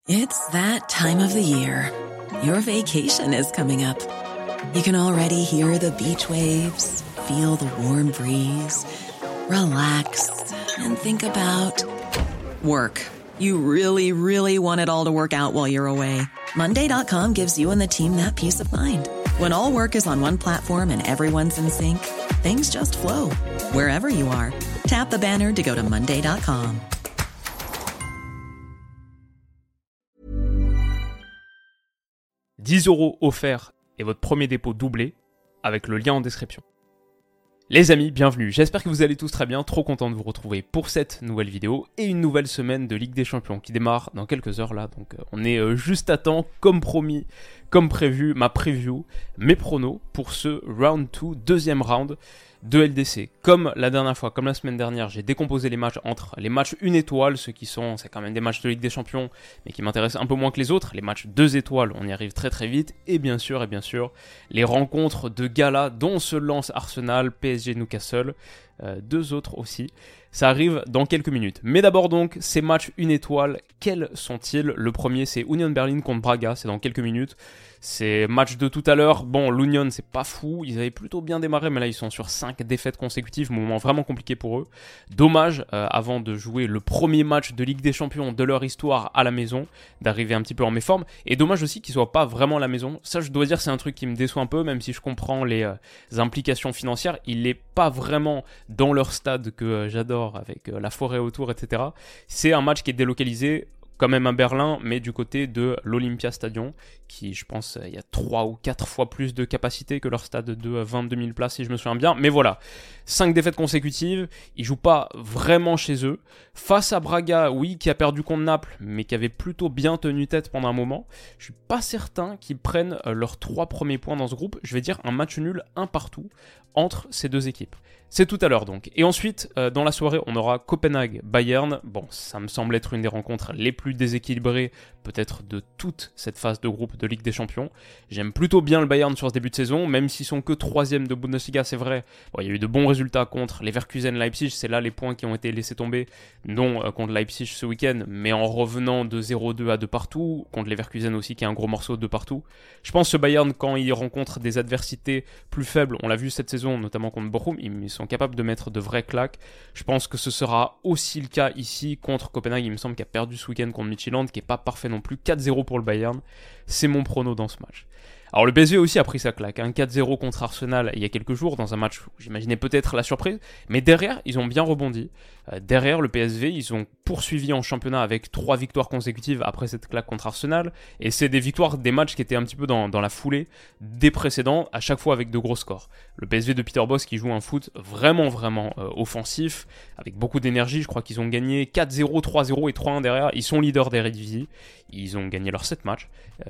It's that time of the year. Your vacation is coming up. You can already hear the beach waves, feel the warm breeze, relax, and think about work. You really, really want it all to work out while you're away. Monday.com gives you and the team that peace of mind. When all work is on one platform and everyone's in sync, things just flow. Wherever you are, tap the banner to go to Monday.com. « 10€ offerts et votre premier dépôt doublé avec le lien en description. » Les amis, bienvenue, j'espère que vous allez tous très bien, trop content de vous retrouver pour cette nouvelle vidéo et une nouvelle semaine de Ligue des Champions qui démarre dans quelques heures là, donc on est juste à temps, comme promis, comme prévu, ma preview, mes pronos pour ce Round 2, deuxième round de LDC. Comme la dernière fois, comme la semaine dernière, j'ai décomposé les matchs entre les matchs 1 étoile, ceux qui sont, c'est quand même des matchs de Ligue des Champions, mais qui m'intéressent un peu moins que les autres, les matchs 2 étoiles, on y arrive très très vite, et bien sûr, les rencontres de gala dont se lance Arsenal, PSG, Newcastle, deux autres aussi. Ça arrive dans quelques minutes. Mais d'abord donc, ces matchs 1 étoile, quels sont-ils ? Le premier, c'est Union Berlin contre Braga, c'est dans quelques minutes. C'est match de tout à l'heure. Bon, l'Union, c'est pas fou. Ils avaient plutôt bien démarré, mais là, ils sont sur 5 défaites consécutives. Moment vraiment compliqué pour eux. Dommage, avant de jouer le premier match de Ligue des Champions de leur histoire à la maison, d'arriver un petit peu en méforme. Et dommage aussi qu'ils soient pas vraiment à la maison. Ça, je dois dire, c'est un truc qui me déçoit un peu, même si je comprends les implications financières. Il est pas vraiment dans leur stade que j'adore, avec la forêt autour, etc. C'est un match qui est délocalisé, quand même à Berlin, mais du côté de l'Olympia Stadion, qui, je pense, il y a 3 ou 4 fois plus de capacité que leur stade de 22 000 places, si je me souviens bien. Mais voilà, 5 défaites consécutives, ils jouent pas vraiment chez eux. Face à Braga, oui, qui a perdu contre Naples, mais qui avait plutôt bien tenu tête pendant un moment, je suis pas certain qu'ils prennent leurs 3 premiers points dans ce groupe. Je vais dire un match nul, un partout, entre ces deux équipes. C'est tout à l'heure donc. Et ensuite, dans la soirée, on aura Copenhague-Bayern. Bon, ça me semble être une des rencontres les plus déséquilibrées, peut-être de toute cette phase de groupe de Ligue des Champions. J'aime plutôt bien le Bayern sur ce début de saison, même s'ils sont que 3e de Bundesliga, c'est vrai. Bon, il y a eu de bons résultats contre Leverkusen-Leipzig, c'est là les points qui ont été laissés tomber, non contre Leipzig ce week-end, mais en revenant de 0-2 à 2 partout, contre Leverkusen aussi qui est un gros morceau de partout. Je pense que ce Bayern, quand il rencontre des adversités plus faibles, on l'a vu cette saison, notamment contre Bochum, ils sont capables de mettre de vraies claques. Je pense que ce sera aussi le cas ici contre Copenhague. Il me semble qu'il a perdu ce week-end contre Midtjylland, qui est pas parfait non plus. 4-0 pour le Bayern. C'est mon prono dans ce match. Alors le PSG aussi a pris sa claque, 4-0 contre Arsenal il y a quelques jours, dans un match où j'imaginais peut-être la surprise, mais derrière ils ont bien rebondi. Derrière le PSV, ils ont poursuivi en championnat avec 3 victoires consécutives après cette claque contre Arsenal, et c'est des victoires, des matchs qui étaient un petit peu dans la foulée des précédents, à chaque fois avec de gros scores. Le PSV de Peter Bosz qui joue un foot vraiment offensif, avec beaucoup d'énergie. Je crois qu'ils ont gagné 4-0, 3-0 et 3-1 derrière. Ils sont leaders d'Eredivisie, ils ont gagné leurs 7 matchs,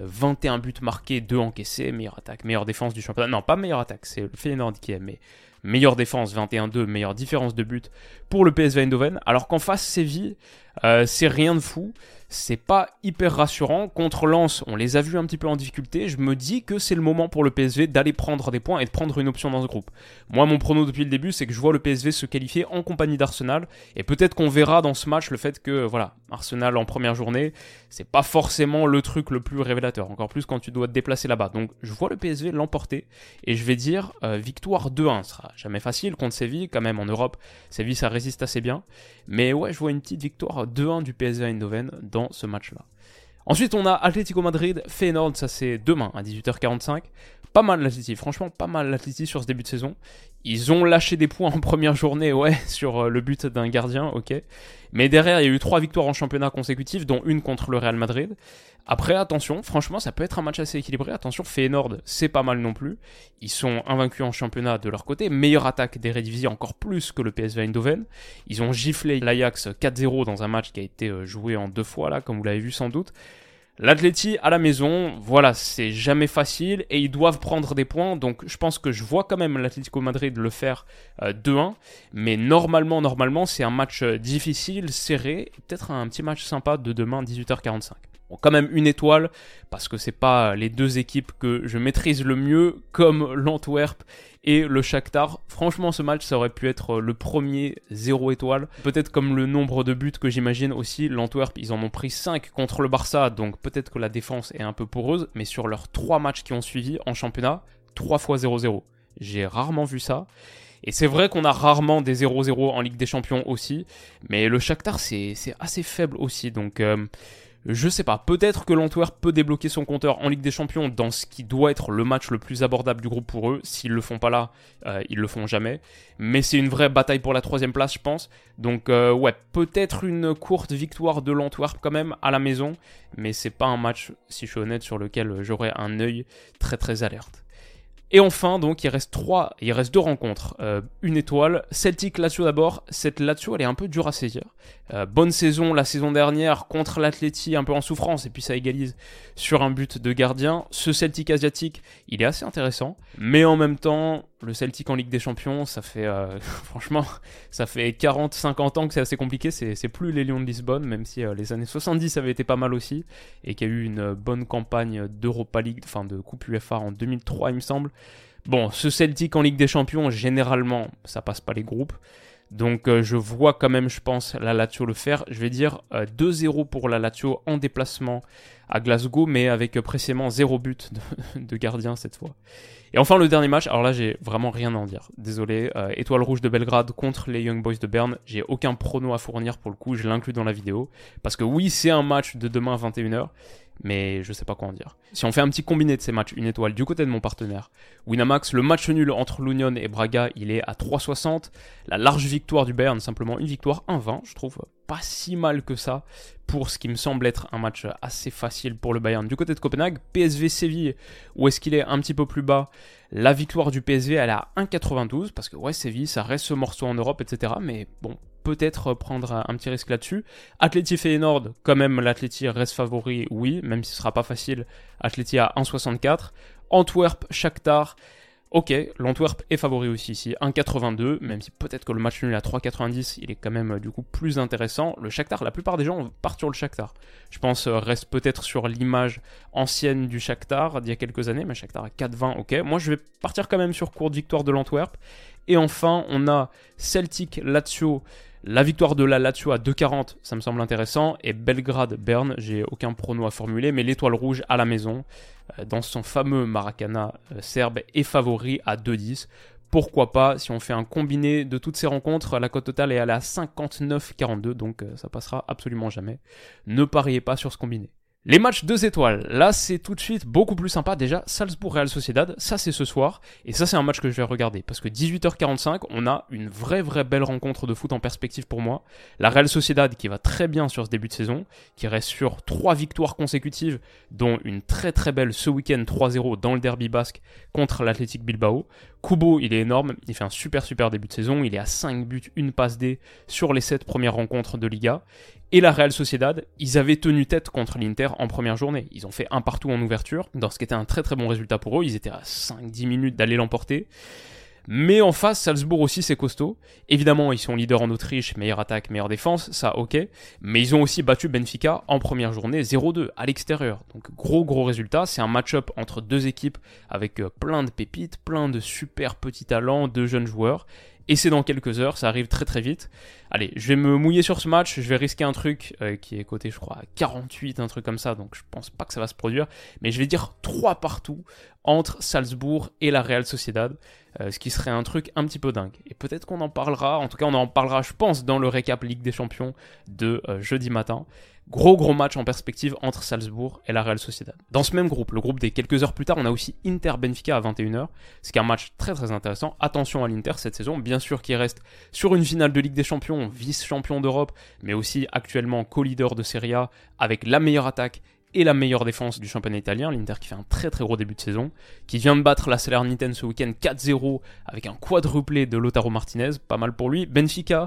21 buts marqués, 2 encaissés, meilleure attaque, meilleure défense du championnat. Non, pas meilleure attaque, c'est le Feyenoord qui est, mais meilleure défense, 21-2, meilleure différence de but pour le PSV Eindhoven. Alors qu'en face, Séville, c'est rien de fou. C'est pas hyper rassurant. Contre Lens, on les a vus un petit peu en difficulté. Je me dis que c'est le moment pour le PSV d'aller prendre des points et de prendre une option dans ce groupe. Moi, mon prono depuis le début, c'est que je vois le PSV se qualifier en compagnie d'Arsenal. Et peut-être qu'on verra dans ce match le fait que, voilà, Arsenal en première journée, c'est pas forcément le truc le plus révélateur. Encore plus quand tu dois te déplacer là-bas. Donc, je vois le PSV l'emporter. Et je vais dire victoire 2-1. Ce sera jamais facile contre Séville. Quand même, en Europe, Séville, ça résiste assez bien. Mais ouais, je vois une petite victoire 2-1 du PSV Eindhoven dans ce match-là. Ensuite, on a Atlético Madrid, Feyenoord, ça c'est demain à 18h45. Pas mal l'Atleti, franchement pas mal l'Atleti sur ce début de saison. Ils ont lâché des points en première journée, ouais, sur le but d'un gardien, ok. Mais derrière, il y a eu 3 victoires en championnat consécutives, dont une contre le Real Madrid. Après, attention, franchement, ça peut être un match assez équilibré. Attention, Feyenoord, c'est pas mal non plus. Ils sont invaincus en championnat de leur côté. Meilleure attaque d'Eredivisie, encore plus que le PSV Eindhoven. Ils ont giflé l'Ajax 4-0 dans un match qui a été joué en 2 fois, là, comme vous l'avez vu sans doute. L'Atleti à la maison, voilà, c'est jamais facile et ils doivent prendre des points, donc je pense que je vois quand même l'Atlético Madrid le faire 2-1, mais normalement c'est un match difficile, serré, et peut-être un petit match sympa de demain 18h45. Bon, quand même une étoile, parce que c'est pas les deux équipes que je maîtrise le mieux, comme l'Antwerp et le Shakhtar. Franchement, ce match, ça aurait pu être le premier 0 étoile. Peut-être comme le nombre de buts que j'imagine aussi. L'Antwerp, ils en ont pris 5 contre le Barça, donc peut-être que la défense est un peu poreuse. Mais sur leurs 3 matchs qui ont suivi en championnat, 3 fois 0-0. J'ai rarement vu ça. Et c'est vrai qu'on a rarement des 0-0 en Ligue des Champions aussi. Mais le Shakhtar, c'est assez faible aussi, donc... je sais pas, peut-être que l'Antwerp peut débloquer son compteur en Ligue des Champions dans ce qui doit être le match le plus abordable du groupe pour eux. S'ils le font pas là, ils le font jamais. Mais c'est une vraie bataille pour la 3e place, je pense. Donc ouais, peut-être une courte victoire de l'Antwerp quand même à la maison. Mais c'est pas un match, si je suis honnête, sur lequel j'aurais un œil très très alerte. Et enfin, donc, il reste 2 rencontres. Une étoile. Celtic-Lazio d'abord. Cette Lazio, elle est un peu dure à saisir. Bonne saison la saison dernière contre l'Atleti, un peu en souffrance, et puis ça égalise sur un but de gardien. Ce Celtic asiatique, il est assez intéressant. Mais en même temps, le Celtic en Ligue des Champions, ça fait, franchement, ça fait 40-50 ans que c'est assez compliqué. C'est plus les Lions de Lisbonne, même si les années 70 avaient été pas mal aussi, et qu'il y a eu une bonne campagne d'Europa League, enfin de Coupe UEFA en 2003, il me semble. Bon, ce Celtic en Ligue des Champions, généralement, ça passe pas les groupes. Donc je vois quand même, je pense, la Lazio le faire. Je vais dire 2-0 pour la Lazio en déplacement à Glasgow, mais avec précisément 0 but de gardien cette fois. Et enfin le dernier match, alors là j'ai vraiment rien à en dire. Désolé, Étoile Rouge de Belgrade contre les Young Boys de Berne. J'ai aucun prono à fournir pour le coup, je l'inclus dans la vidéo. Parce que oui, c'est un match de demain à 21h. Mais je sais pas quoi en dire. Si on fait un petit combiné de ces matchs, une étoile du côté de mon partenaire, Winamax, le match nul entre l'Union et Braga, il est à 3,60. La large victoire du Bayern, simplement une victoire 1,20, je trouve pas si mal que ça pour ce qui me semble être un match assez facile pour le Bayern. Du côté de Copenhague, PSV Séville, où est-ce qu'il est un petit peu plus bas. La victoire du PSV, elle est à 1,92, parce que ouais, Séville, ça reste ce morceau en Europe, etc. Mais bon, peut-être prendre un petit risque là-dessus. Atleti Feyenoord, quand même, l'Atleti reste favori, oui, même si ce sera pas facile. Atleti à 1,64. Antwerp, Shakhtar. Ok, l'Antwerp est favori aussi ici, 1,82, même si peut-être que le match nul à 3,90, il est quand même du coup plus intéressant. Le Shakhtar, la plupart des gens partent sur le Shakhtar. Je pense reste peut-être sur l'image ancienne du Shakhtar d'il y a quelques années, mais Shakhtar à 4,20, ok. Moi je vais partir quand même sur courte victoire de l'Antwerp. Et enfin, on a Celtic-Lazio. La victoire de la Lazio à 2,40, ça me semble intéressant. Et Belgrade-Berne, j'ai aucun prono à formuler, mais l'Étoile Rouge à la maison, dans son fameux Maracana serbe, est favori à 2,10. Pourquoi pas, si on fait un combiné de toutes ces rencontres, la cote totale est à 59,42, donc ça passera absolument jamais. Ne pariez pas sur ce combiné. Les matchs 2 étoiles, là c'est tout de suite beaucoup plus sympa. Déjà, Salzbourg-Real Sociedad, ça c'est ce soir, et ça c'est un match que je vais regarder, parce que 18h45, on a une vraie belle rencontre de foot en perspective pour moi. La Real Sociedad qui va très bien sur ce début de saison, qui reste sur 3 victoires consécutives, dont une très belle ce week-end 3-0 dans le derby basque contre l'Athletic Bilbao. Kubo, il est énorme, il fait un super début de saison, il est à 5 buts, 1 passe D sur les 7 premières rencontres de Liga. Et la Real Sociedad, ils avaient tenu tête contre l'Inter en première journée. Ils ont fait un partout en ouverture, dans ce qui était un très bon résultat pour eux. Ils étaient à 5-10 minutes d'aller l'emporter. Mais en face, Salzbourg aussi, c'est costaud. Évidemment, ils sont leaders en Autriche, meilleure attaque, meilleure défense, ça ok. Mais ils ont aussi battu Benfica en première journée 0-2 à l'extérieur. Donc gros résultat. C'est un match-up entre deux équipes avec plein de pépites, plein de super petits talents, de jeunes joueurs. Et c'est dans quelques heures, ça arrive très vite. Allez, je vais me mouiller sur ce match, je vais risquer un truc qui est coté je crois à 48, un truc comme ça, donc je pense pas que ça va se produire. Mais je vais dire 3 partout entre Salzbourg et la Real Sociedad, ce qui serait un truc un petit peu dingue. Et peut-être qu'on en parlera, en tout cas on en parlera je pense dans le récap Ligue des Champions de jeudi matin. Gros match en perspective entre Salzbourg et la Real Sociedad. Dans ce même groupe, le groupe des quelques heures plus tard, on a aussi Inter-Benfica à 21h, ce qui est un match très intéressant. Attention à l'Inter cette saison, bien sûr qu'il reste sur une finale de Ligue des Champions, vice-champion d'Europe, mais aussi actuellement co-leader de Serie A avec la meilleure attaque et la meilleure défense du championnat italien, l'Inter qui fait un très gros début de saison, qui vient de battre la Salernitana ce week-end 4-0 avec un quadruplé de Lautaro Martinez, pas mal pour lui. Benfica,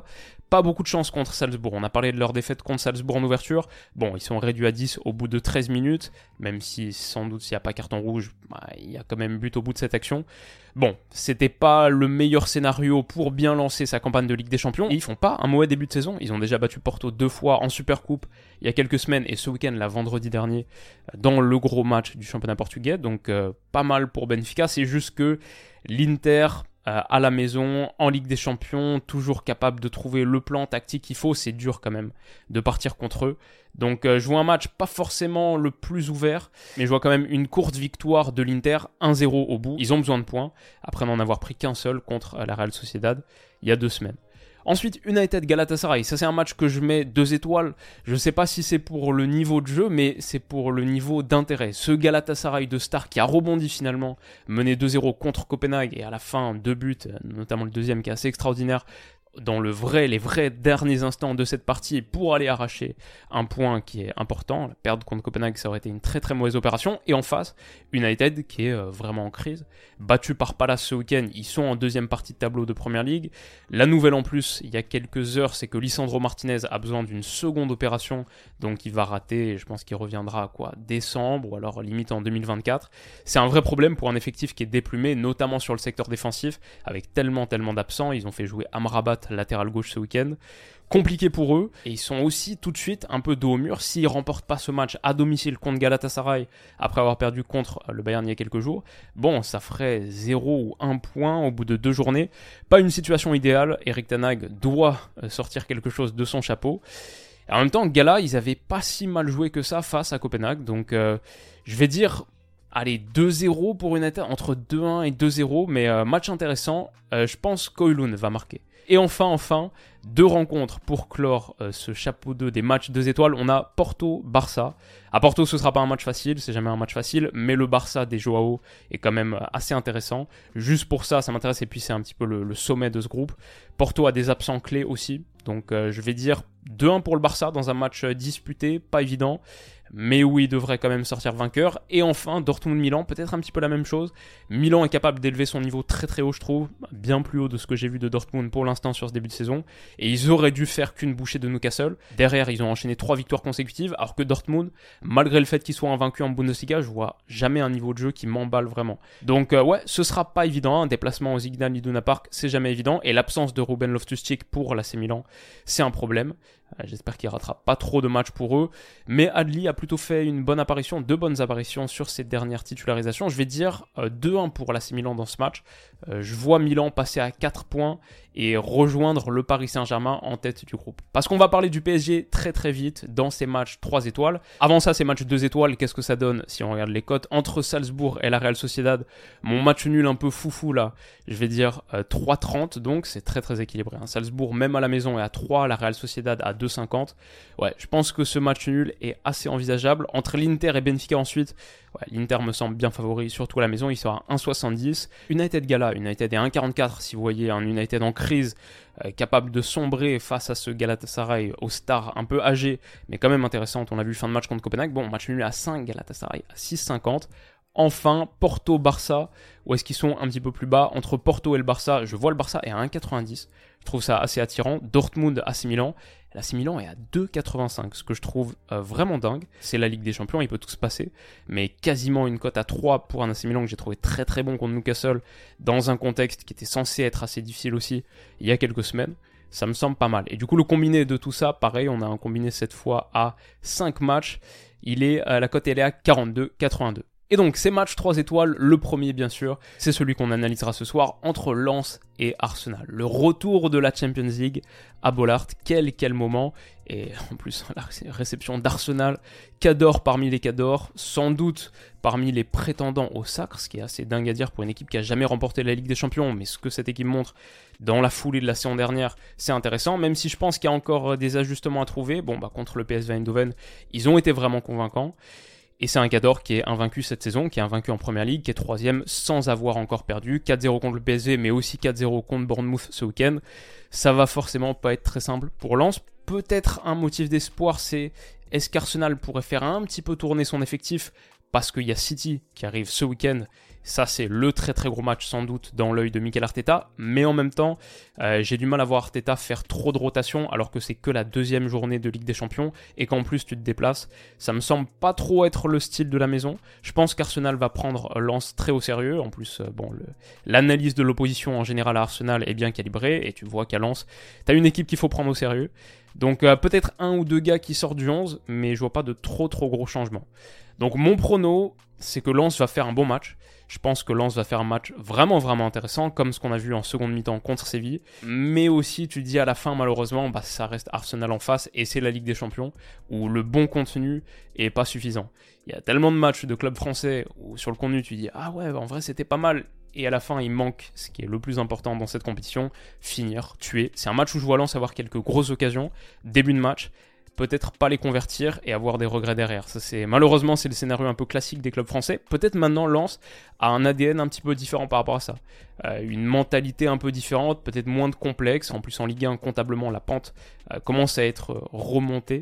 Pas beaucoup de chance contre Salzbourg. On a parlé de leur défaite contre Salzbourg en ouverture. Bon, ils sont réduits à 10 au bout de 13 minutes, même si sans doute s'il n'y a pas carton rouge, il y a quand même but au bout de cette action. Bon, c'était pas le meilleur scénario pour bien lancer sa campagne de Ligue des Champions. Et ils font pas un mauvais début de saison. Ils ont déjà battu Porto 2 fois en Supercoupe il y a quelques semaines et ce week-end, vendredi dernier, dans le gros match du championnat portugais. Donc pas mal pour Benfica. C'est juste que l'Inter à la maison, en Ligue des Champions, toujours capable de trouver le plan tactique qu'il faut. C'est dur quand même de partir contre eux. Donc je vois un match pas forcément le plus ouvert, mais je vois quand même une courte victoire de l'Inter, 1-0 au bout. Ils ont besoin de points, après n'en avoir pris qu'un seul contre la Real Sociedad il y a 2 semaines. Ensuite, United Galatasaray, ça c'est un match que je mets 2 étoiles. Je ne sais pas si c'est pour le niveau de jeu, mais c'est pour le niveau d'intérêt. Ce Galatasaray de Star qui a rebondi finalement, mené 2-0 contre Copenhague et à la fin 2 buts, notamment le deuxième qui est assez extraordinaire, dans les vrais derniers instants de cette partie pour aller arracher un point qui est important. La perte contre Copenhague, ça aurait été une très mauvaise opération. Et en face, United qui est vraiment en crise. Battu par Palace ce week-end, ils sont en deuxième partie de tableau de Premier League. La nouvelle en plus, il y a quelques heures, c'est que Lisandro Martinez a besoin d'une seconde opération. Donc il va rater, je pense qu'il reviendra à décembre ou alors limite en 2024. C'est un vrai problème pour un effectif qui est déplumé, notamment sur le secteur défensif, avec tellement d'absents. Ils ont fait jouer Amrabat latéral gauche ce week-end. Compliqué pour eux, et ils sont aussi tout de suite un peu dos au mur. S'ils ne remportent pas ce match à domicile contre Galatasaray, après avoir perdu contre le Bayern il y a quelques jours, bon, ça ferait 0 ou 1 point au bout de 2 journées. Pas une situation idéale, Erik ten Hag doit sortir quelque chose de son chapeau. Et en même temps, Gala, ils n'avaient pas si mal joué que ça face à Copenhague, donc je vais dire... Allez, 2-0 pour United, entre 2-1 et 2-0, mais match intéressant, je pense qu'Oilun va marquer. Et enfin, 2 rencontres pour clore ce chapeau 2 des matchs 2 étoiles. On a Porto-Barça. À Porto, ce ne sera pas un match facile, c'est jamais un match facile, mais le Barça des Joao est quand même assez intéressant. Juste pour ça m'intéresse, et puis c'est un petit peu le sommet de ce groupe. Porto a des absents clés aussi, donc je vais dire 2-1 pour le Barça dans un match disputé, pas évident. Mais oui, il devrait quand même sortir vainqueur. Et enfin, Dortmund-Milan, peut-être un petit peu la même chose. Milan est capable d'élever son niveau très haut, je trouve. Bien plus haut de ce que j'ai vu de Dortmund pour l'instant sur ce début de saison. Et ils auraient dû faire qu'une bouchée de Newcastle. Derrière, ils ont enchaîné 3 victoires consécutives. Alors que Dortmund, malgré le fait qu'ils soient invaincus en Bundesliga, je vois jamais un niveau de jeu qui m'emballe vraiment. Donc ouais, ce sera pas évident. Un déplacement au Signal Iduna Park, c'est jamais évident. Et l'absence de Ruben Loftus-Cheek pour l'AC Milan, c'est un problème. J'espère qu'il ratera pas trop de matchs pour eux. Mais Adli a plutôt fait une bonne apparition, 2 bonnes apparitions sur ses dernières titularisations. Je vais dire 2-1 pour l'AC Milan dans ce match. Je vois Milan passer à 4 points et rejoindre le Paris Saint-Germain en tête du groupe. Parce qu'on va parler du PSG très vite dans ces matchs 3 étoiles. Avant ça, ces matchs 2 étoiles, qu'est-ce que ça donne si on regarde les cotes entre Salzbourg et la Real Sociedad? Mon match nul un peu foufou là, je vais dire 3,30, donc c'est très équilibré. Salzbourg, même à la maison, est à 3, la Real Sociedad à 2,50. Ouais, je pense que ce match nul est assez envisageable. Entre l'Inter et Benfica ensuite, ouais, l'Inter me semble bien favori, surtout à la maison, il sera à 1,70. United Gala, United est à 1,44 si vous voyez un United en crise, capable de sombrer face à ce Galatasaray aux stars un peu âgées, mais quand même intéressante. On l'a vu fin de match contre Copenhague. Bon, match nul à 5, Galatasaray à 6,50. Enfin, Porto-Barça, où est-ce qu'ils sont un petit peu plus bas? Entre Porto et le Barça, je vois le Barça est à 1,90. Je trouve ça assez attirant. Dortmund, AC Milan. L'AC Milan est à 2,85, ce que je trouve vraiment dingue. C'est la Ligue des Champions, il peut tout se passer. Mais quasiment une cote à 3 pour un AC Milan que j'ai trouvé très bon contre Newcastle, dans un contexte qui était censé être assez difficile aussi il y a quelques semaines. Ça me semble pas mal. Et du coup, le combiné de tout ça, pareil, on a un combiné cette fois à 5 matchs. La cote elle est à 42,82. Et donc, ces matchs 3 étoiles, le premier bien sûr, c'est celui qu'on analysera ce soir entre Lens et Arsenal. Le retour de la Champions League à Bollaert, quel moment. Et en plus, la réception d'Arsenal, Cador parmi les Cadors, sans doute parmi les prétendants au sacre, ce qui est assez dingue à dire pour une équipe qui a jamais remporté la Ligue des Champions, mais ce que cette équipe montre dans la foulée de la saison dernière, c'est intéressant, même si je pense qu'il y a encore des ajustements à trouver. Bon, contre le PSV Eindhoven, ils ont été vraiment convaincants. Et c'est un Cador qui est invaincu cette saison, qui est invaincu en Première Ligue, qui est 3ème sans avoir encore perdu. 4-0 contre le PSG, mais aussi 4-0 contre Bournemouth ce week-end. Ça va forcément pas être très simple pour Lens. Peut-être un motif d'espoir, c'est est-ce qu'Arsenal pourrait faire un petit peu tourner son effectif parce qu'il y a City qui arrive ce week-end. Ça, c'est le très très gros match sans doute dans l'œil de Mikel Arteta. Mais en même temps, j'ai du mal à voir Arteta faire trop de rotation alors que c'est que la deuxième journée de Ligue des Champions et qu'en plus tu te déplaces. Ça me semble pas trop être le style de la maison. Je pense qu'Arsenal va prendre Lens très au sérieux. En plus, l'analyse de l'opposition en général à Arsenal est bien calibrée et tu vois qu'à Lens, t'as une équipe qu'il faut prendre au sérieux. Donc peut-être un ou deux gars qui sortent du 11, mais je vois pas de trop gros changements. Donc mon prono, c'est que Lens va faire un bon match. Je pense que Lens va faire un match vraiment intéressant, comme ce qu'on a vu en seconde mi-temps contre Séville. Mais aussi, tu dis à la fin, malheureusement, ça reste Arsenal en face, et c'est la Ligue des Champions, où le bon contenu est pas suffisant. Il y a tellement de matchs de clubs français où sur le contenu, tu dis « Ah ouais, en vrai, c'était pas mal ». Et à la fin, il manque ce qui est le plus important dans cette compétition, finir, tuer. C'est un match où je vois Lens avoir quelques grosses occasions, début de match, peut-être pas les convertir et avoir des regrets derrière. Ça, malheureusement, c'est le scénario un peu classique des clubs français. Peut-être maintenant, Lens a un ADN un petit peu différent par rapport à ça. Une mentalité un peu différente, peut-être moins de complexe. En plus, en Ligue 1, comptablement, la pente commence à être remontée.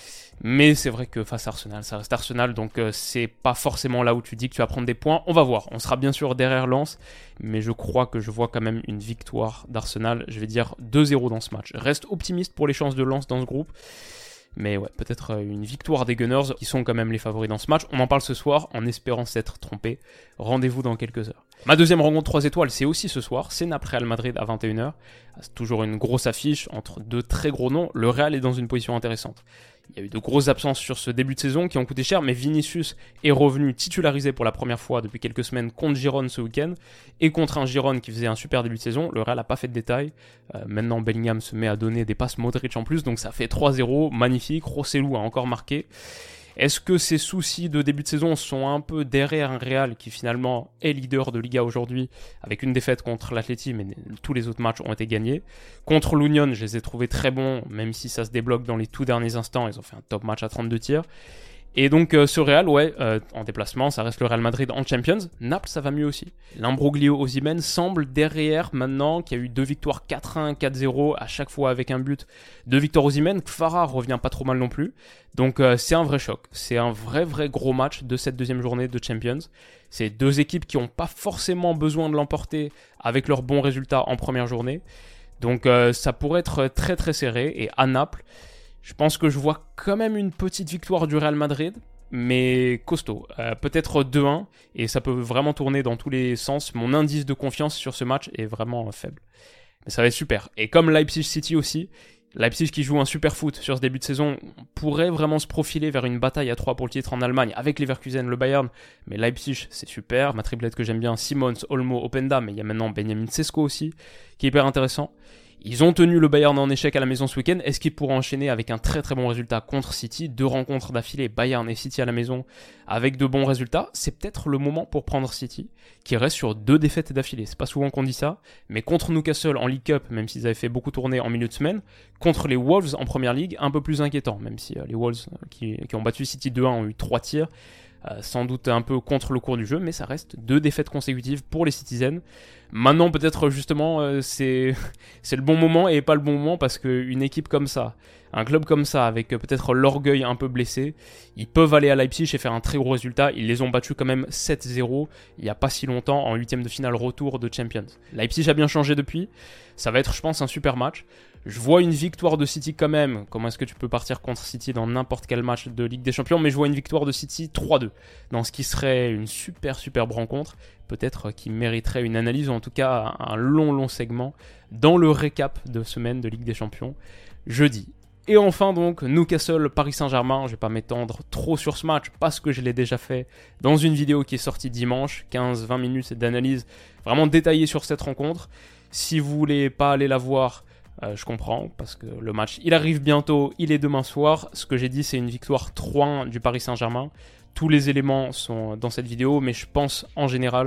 Mais c'est vrai que face à Arsenal, ça reste Arsenal, donc c'est pas forcément là où tu dis que tu vas prendre des points. On va voir, on sera bien sûr derrière Lens, mais je crois que je vois quand même une victoire d'Arsenal. Je vais dire 2-0 dans ce match. Reste optimiste pour les chances de Lens dans ce groupe. Mais ouais, peut-être une victoire des Gunners, qui sont quand même les favoris dans ce match. On en parle ce soir, en espérant s'être trompé. Rendez-vous dans quelques heures. Ma deuxième rencontre 3 étoiles, c'est aussi ce soir. C'est Naples-Real Madrid à 21h. C'est toujours une grosse affiche entre deux très gros noms. Le Real est dans une position intéressante. Il y a eu de grosses absences sur ce début de saison qui ont coûté cher, mais Vinicius est revenu titularisé pour la première fois depuis quelques semaines contre Girone ce week-end, et contre un Girone qui faisait un super début de saison. Le Real n'a pas fait de détails. Maintenant, Bellingham se met à donner des passes Modric en plus, donc ça fait 3-0, magnifique. Rossellou a encore marqué. Est-ce que ces soucis de début de saison sont un peu derrière un Real qui finalement est leader de Liga aujourd'hui, avec une défaite contre l'Atleti, mais tous les autres matchs ont été gagnés. Contre l'Union, je les ai trouvés très bons, même si ça se débloque dans les tout derniers instants. Ils ont fait un top match à 32 tirs. Et donc ce Real, en déplacement, ça reste le Real Madrid en Champions. Naples, ça va mieux aussi. L'imbroglio Osimhen semble derrière maintenant, qu'il y a eu 2 victoires 4-1, 4-0, à chaque fois avec un but. 2 victoires Osimhen, Kfara revient pas trop mal non plus. Donc c'est un vrai choc. C'est un vrai gros match de cette deuxième journée de Champions. C'est deux équipes qui n'ont pas forcément besoin de l'emporter avec leurs bons résultats en première journée. Donc ça pourrait être très serré. Et à Naples, je pense que je vois quand même une petite victoire du Real Madrid, mais costaud. Peut-être 2-1, et ça peut vraiment tourner dans tous les sens. Mon indice de confiance sur ce match est vraiment faible. Mais ça va être super. Et comme Leipzig City aussi, Leipzig qui joue un super foot sur ce début de saison, pourrait vraiment se profiler vers une bataille à 3 pour le titre en Allemagne, avec Leverkusen, le Bayern. Mais Leipzig, c'est super. Ma triplette que j'aime bien, Simons, Olmo, Openda, mais il y a maintenant Benjamin Sesko aussi, qui est hyper intéressant. Ils ont tenu le Bayern en échec à la maison ce week-end. Est-ce qu'ils pourront enchaîner avec un très bon résultat contre City? 2 rencontres d'affilée, Bayern et City à la maison, avec de bons résultats. C'est peut-être le moment pour prendre City, qui reste sur 2 défaites d'affilée. C'est pas souvent qu'on dit ça, mais contre Newcastle en League Cup, même s'ils avaient fait beaucoup tourner en milieu de semaine, contre les Wolves en Première Ligue, un peu plus inquiétant, même si les Wolves qui ont battu City 2-1 ont eu 3 tirs. Sans doute un peu contre le cours du jeu, mais ça reste 2 défaites consécutives pour les Citizens. Maintenant, peut-être justement, c'est le bon moment et pas le bon moment, parce qu'une équipe comme ça, un club comme ça, avec peut-être l'orgueil un peu blessé, ils peuvent aller à Leipzig et faire un très gros résultat. Ils les ont battus quand même 7-0 il n'y a pas si longtemps, en 8e de finale retour de Champions. Leipzig a bien changé depuis. Ça va être, je pense, un super match. Je vois une victoire de City quand même. Comment est-ce que tu peux partir contre City dans n'importe quel match de Ligue des Champions? Mais je vois une victoire de City 3-2, dans ce qui serait une superbe rencontre. Peut-être qui mériterait une analyse, ou en tout cas un long segment dans le récap de semaine de Ligue des Champions jeudi. Et enfin donc, Newcastle, Paris Saint-Germain. Je vais pas m'étendre trop sur ce match parce que je l'ai déjà fait dans une vidéo qui est sortie dimanche, 15-20 minutes d'analyse vraiment détaillée sur cette rencontre. Si vous voulez pas aller la voir, je comprends, parce que le match, il arrive bientôt, il est demain soir. Ce que j'ai dit, c'est une victoire 3-1 du Paris Saint-Germain. Tous les éléments sont dans cette vidéo, mais je pense en général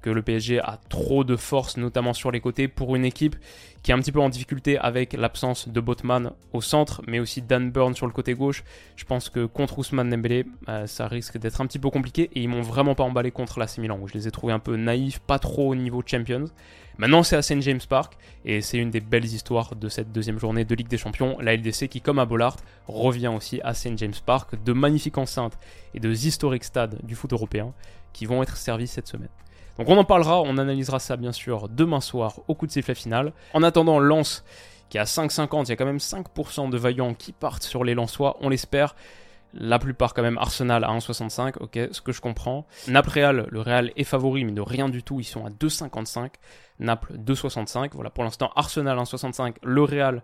que le PSG a trop de force, notamment sur les côtés, pour une équipe qui est un petit peu en difficulté avec l'absence de Botman au centre, mais aussi Dan Burn sur le côté gauche. Je pense que contre Ousmane Dembélé, ça risque d'être un petit peu compliqué, et ils m'ont vraiment pas emballé contre l'AC Milan, où je les ai trouvés un peu naïfs, pas trop au niveau Champions. Maintenant, c'est à St. James Park, et c'est une des belles histoires de cette deuxième journée de Ligue des Champions. La LDC qui, comme à Bollaert, revient aussi à St. James Park, de magnifiques enceintes et de historiques stades du foot européen qui vont être servis cette semaine. Donc on en parlera, on analysera ça bien sûr demain soir au coup de sifflet final. En attendant, Lens qui est à 5,50, il y a quand même 5% de vaillants qui partent sur les Lensois, on l'espère. La plupart quand même, Arsenal à 1,65, ok, ce que je comprends. Naples-Real, le Real est favori, mais de rien du tout, ils sont à 2,55. Naples 2,65, voilà pour l'instant Arsenal 1,65, le Real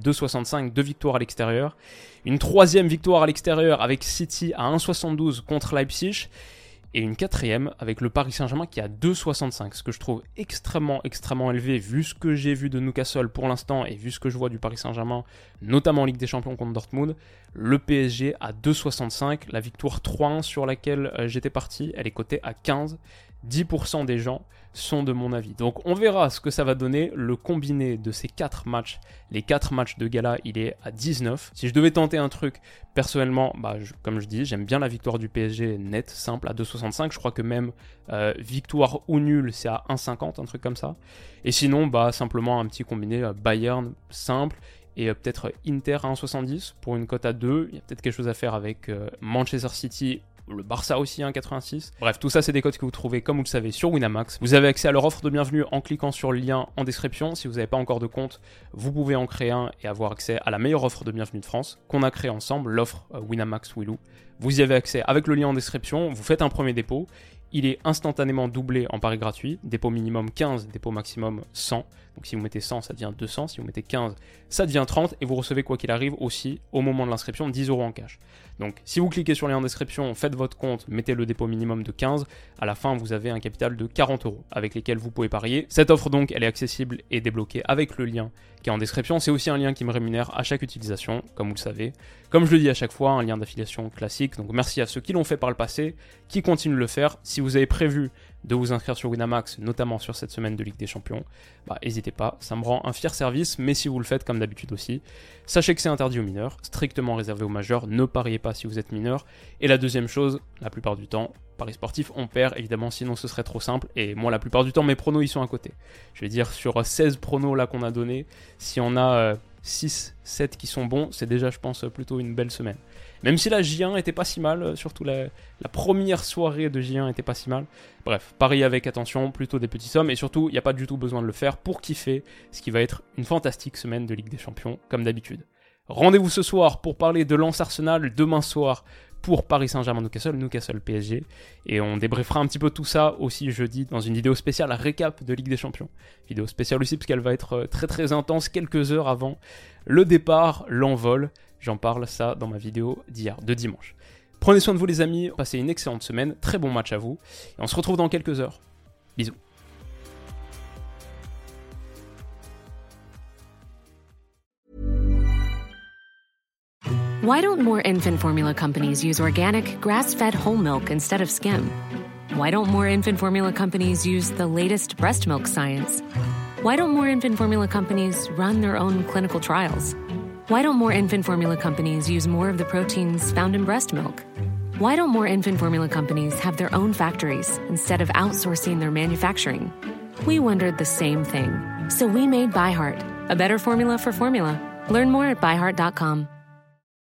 2,65, 2 victoires à l'extérieur. Une troisième victoire à l'extérieur avec City à 1,72 contre Leipzig. Et une quatrième avec le Paris Saint-Germain qui est à 2,65, ce que je trouve extrêmement élevé vu ce que j'ai vu de Newcastle pour l'instant et vu ce que je vois du Paris Saint-Germain, notamment en Ligue des Champions contre Dortmund. Le PSG à 2,65, la victoire 3-1 sur laquelle j'étais parti, elle est cotée à 15. 10% des gens sont de mon avis. Donc on verra ce que ça va donner. Le combiné de ces 4 matchs, les 4 matchs de gala, il est à 19. Si je devais tenter un truc, personnellement, comme je dis, j'aime bien la victoire du PSG nette, simple, à 2,65. Je crois que même victoire ou nul, c'est à 1,50, un truc comme ça. Et sinon, simplement un petit combiné Bayern simple. Et peut-être Inter à 1,70 pour une cote à 2. Il y a peut-être quelque chose à faire avec Manchester City, le Barça aussi 1,86. Bref, tout ça c'est des cotes que vous trouvez comme vous le savez sur Winamax. Vous avez accès à leur offre de bienvenue en cliquant sur le lien en description. Si vous n'avez pas encore de compte, vous pouvez en créer un et avoir accès à la meilleure offre de bienvenue de France qu'on a créée ensemble, l'offre Winamax Willou. Vous y avez accès avec le lien en description, vous faites un premier dépôt. Il est instantanément doublé en pari gratuit. Dépôt minimum 15, dépôt maximum 100. Donc si vous mettez 100, ça devient 200. Si vous mettez 15, ça devient 30. Et vous recevez quoi qu'il arrive aussi, au moment de l'inscription, 10 € en cash. Donc si vous cliquez sur le lien en description, faites votre compte, mettez le dépôt minimum de 15. À la fin, vous avez un capital de 40 € avec lesquels vous pouvez parier. Cette offre donc, elle est accessible et débloquée avec le lien qui est en description. C'est aussi un lien qui me rémunère à chaque utilisation, comme vous le savez. Comme je le dis à chaque fois, un lien d'affiliation classique. Donc merci à ceux qui l'ont fait par le passé, qui continuent de le faire. Si vous avez prévu de vous inscrire sur Winamax, notamment sur cette semaine de Ligue des Champions, n'hésitez pas, ça me rend un fier service, mais si vous le faites comme d'habitude aussi, sachez que c'est interdit aux mineurs, strictement réservé aux majeurs, ne pariez pas si vous êtes mineur. Et la deuxième chose, la plupart du temps, paris sportif, on perd évidemment, sinon ce serait trop simple, et moi la plupart du temps mes pronos ils sont à côté. Je vais dire sur 16 pronos là qu'on a donné, si on a 6, 7 qui sont bons, c'est déjà je pense plutôt une belle semaine. Même si la J1 était pas si mal, surtout la première soirée de J1 était pas si mal. Bref, pariez avec attention, plutôt des petites sommes, et surtout, il n'y a pas du tout besoin de le faire pour kiffer, ce qui va être une fantastique semaine de Ligue des Champions, comme d'habitude. Rendez-vous ce soir pour parler de Lens Arsenal, demain soir pour Paris Saint-Germain Newcastle PSG, et on débriefera un petit peu tout ça aussi jeudi dans une vidéo spéciale récap de Ligue des Champions. Vidéo spéciale aussi parce qu'elle va être très très intense quelques heures avant le départ, l'envol. J'en parle ça dans ma vidéo d'hier, de dimanche. Prenez soin de vous les amis, passez une excellente semaine, très bon match à vous, et on se retrouve dans quelques heures. Bisous. Why don't more infant formula companies use organic, grass-fed whole milk instead of skim? Why don't more infant formula companies use the latest breast milk science? Why don't more infant formula companies run their own clinical trials? Why don't more infant formula companies use more of the proteins found in breast milk? Why don't more infant formula companies have their own factories instead of outsourcing their manufacturing? We wondered the same thing. So we made ByHeart, a better formula for formula. Learn more at byheart.com.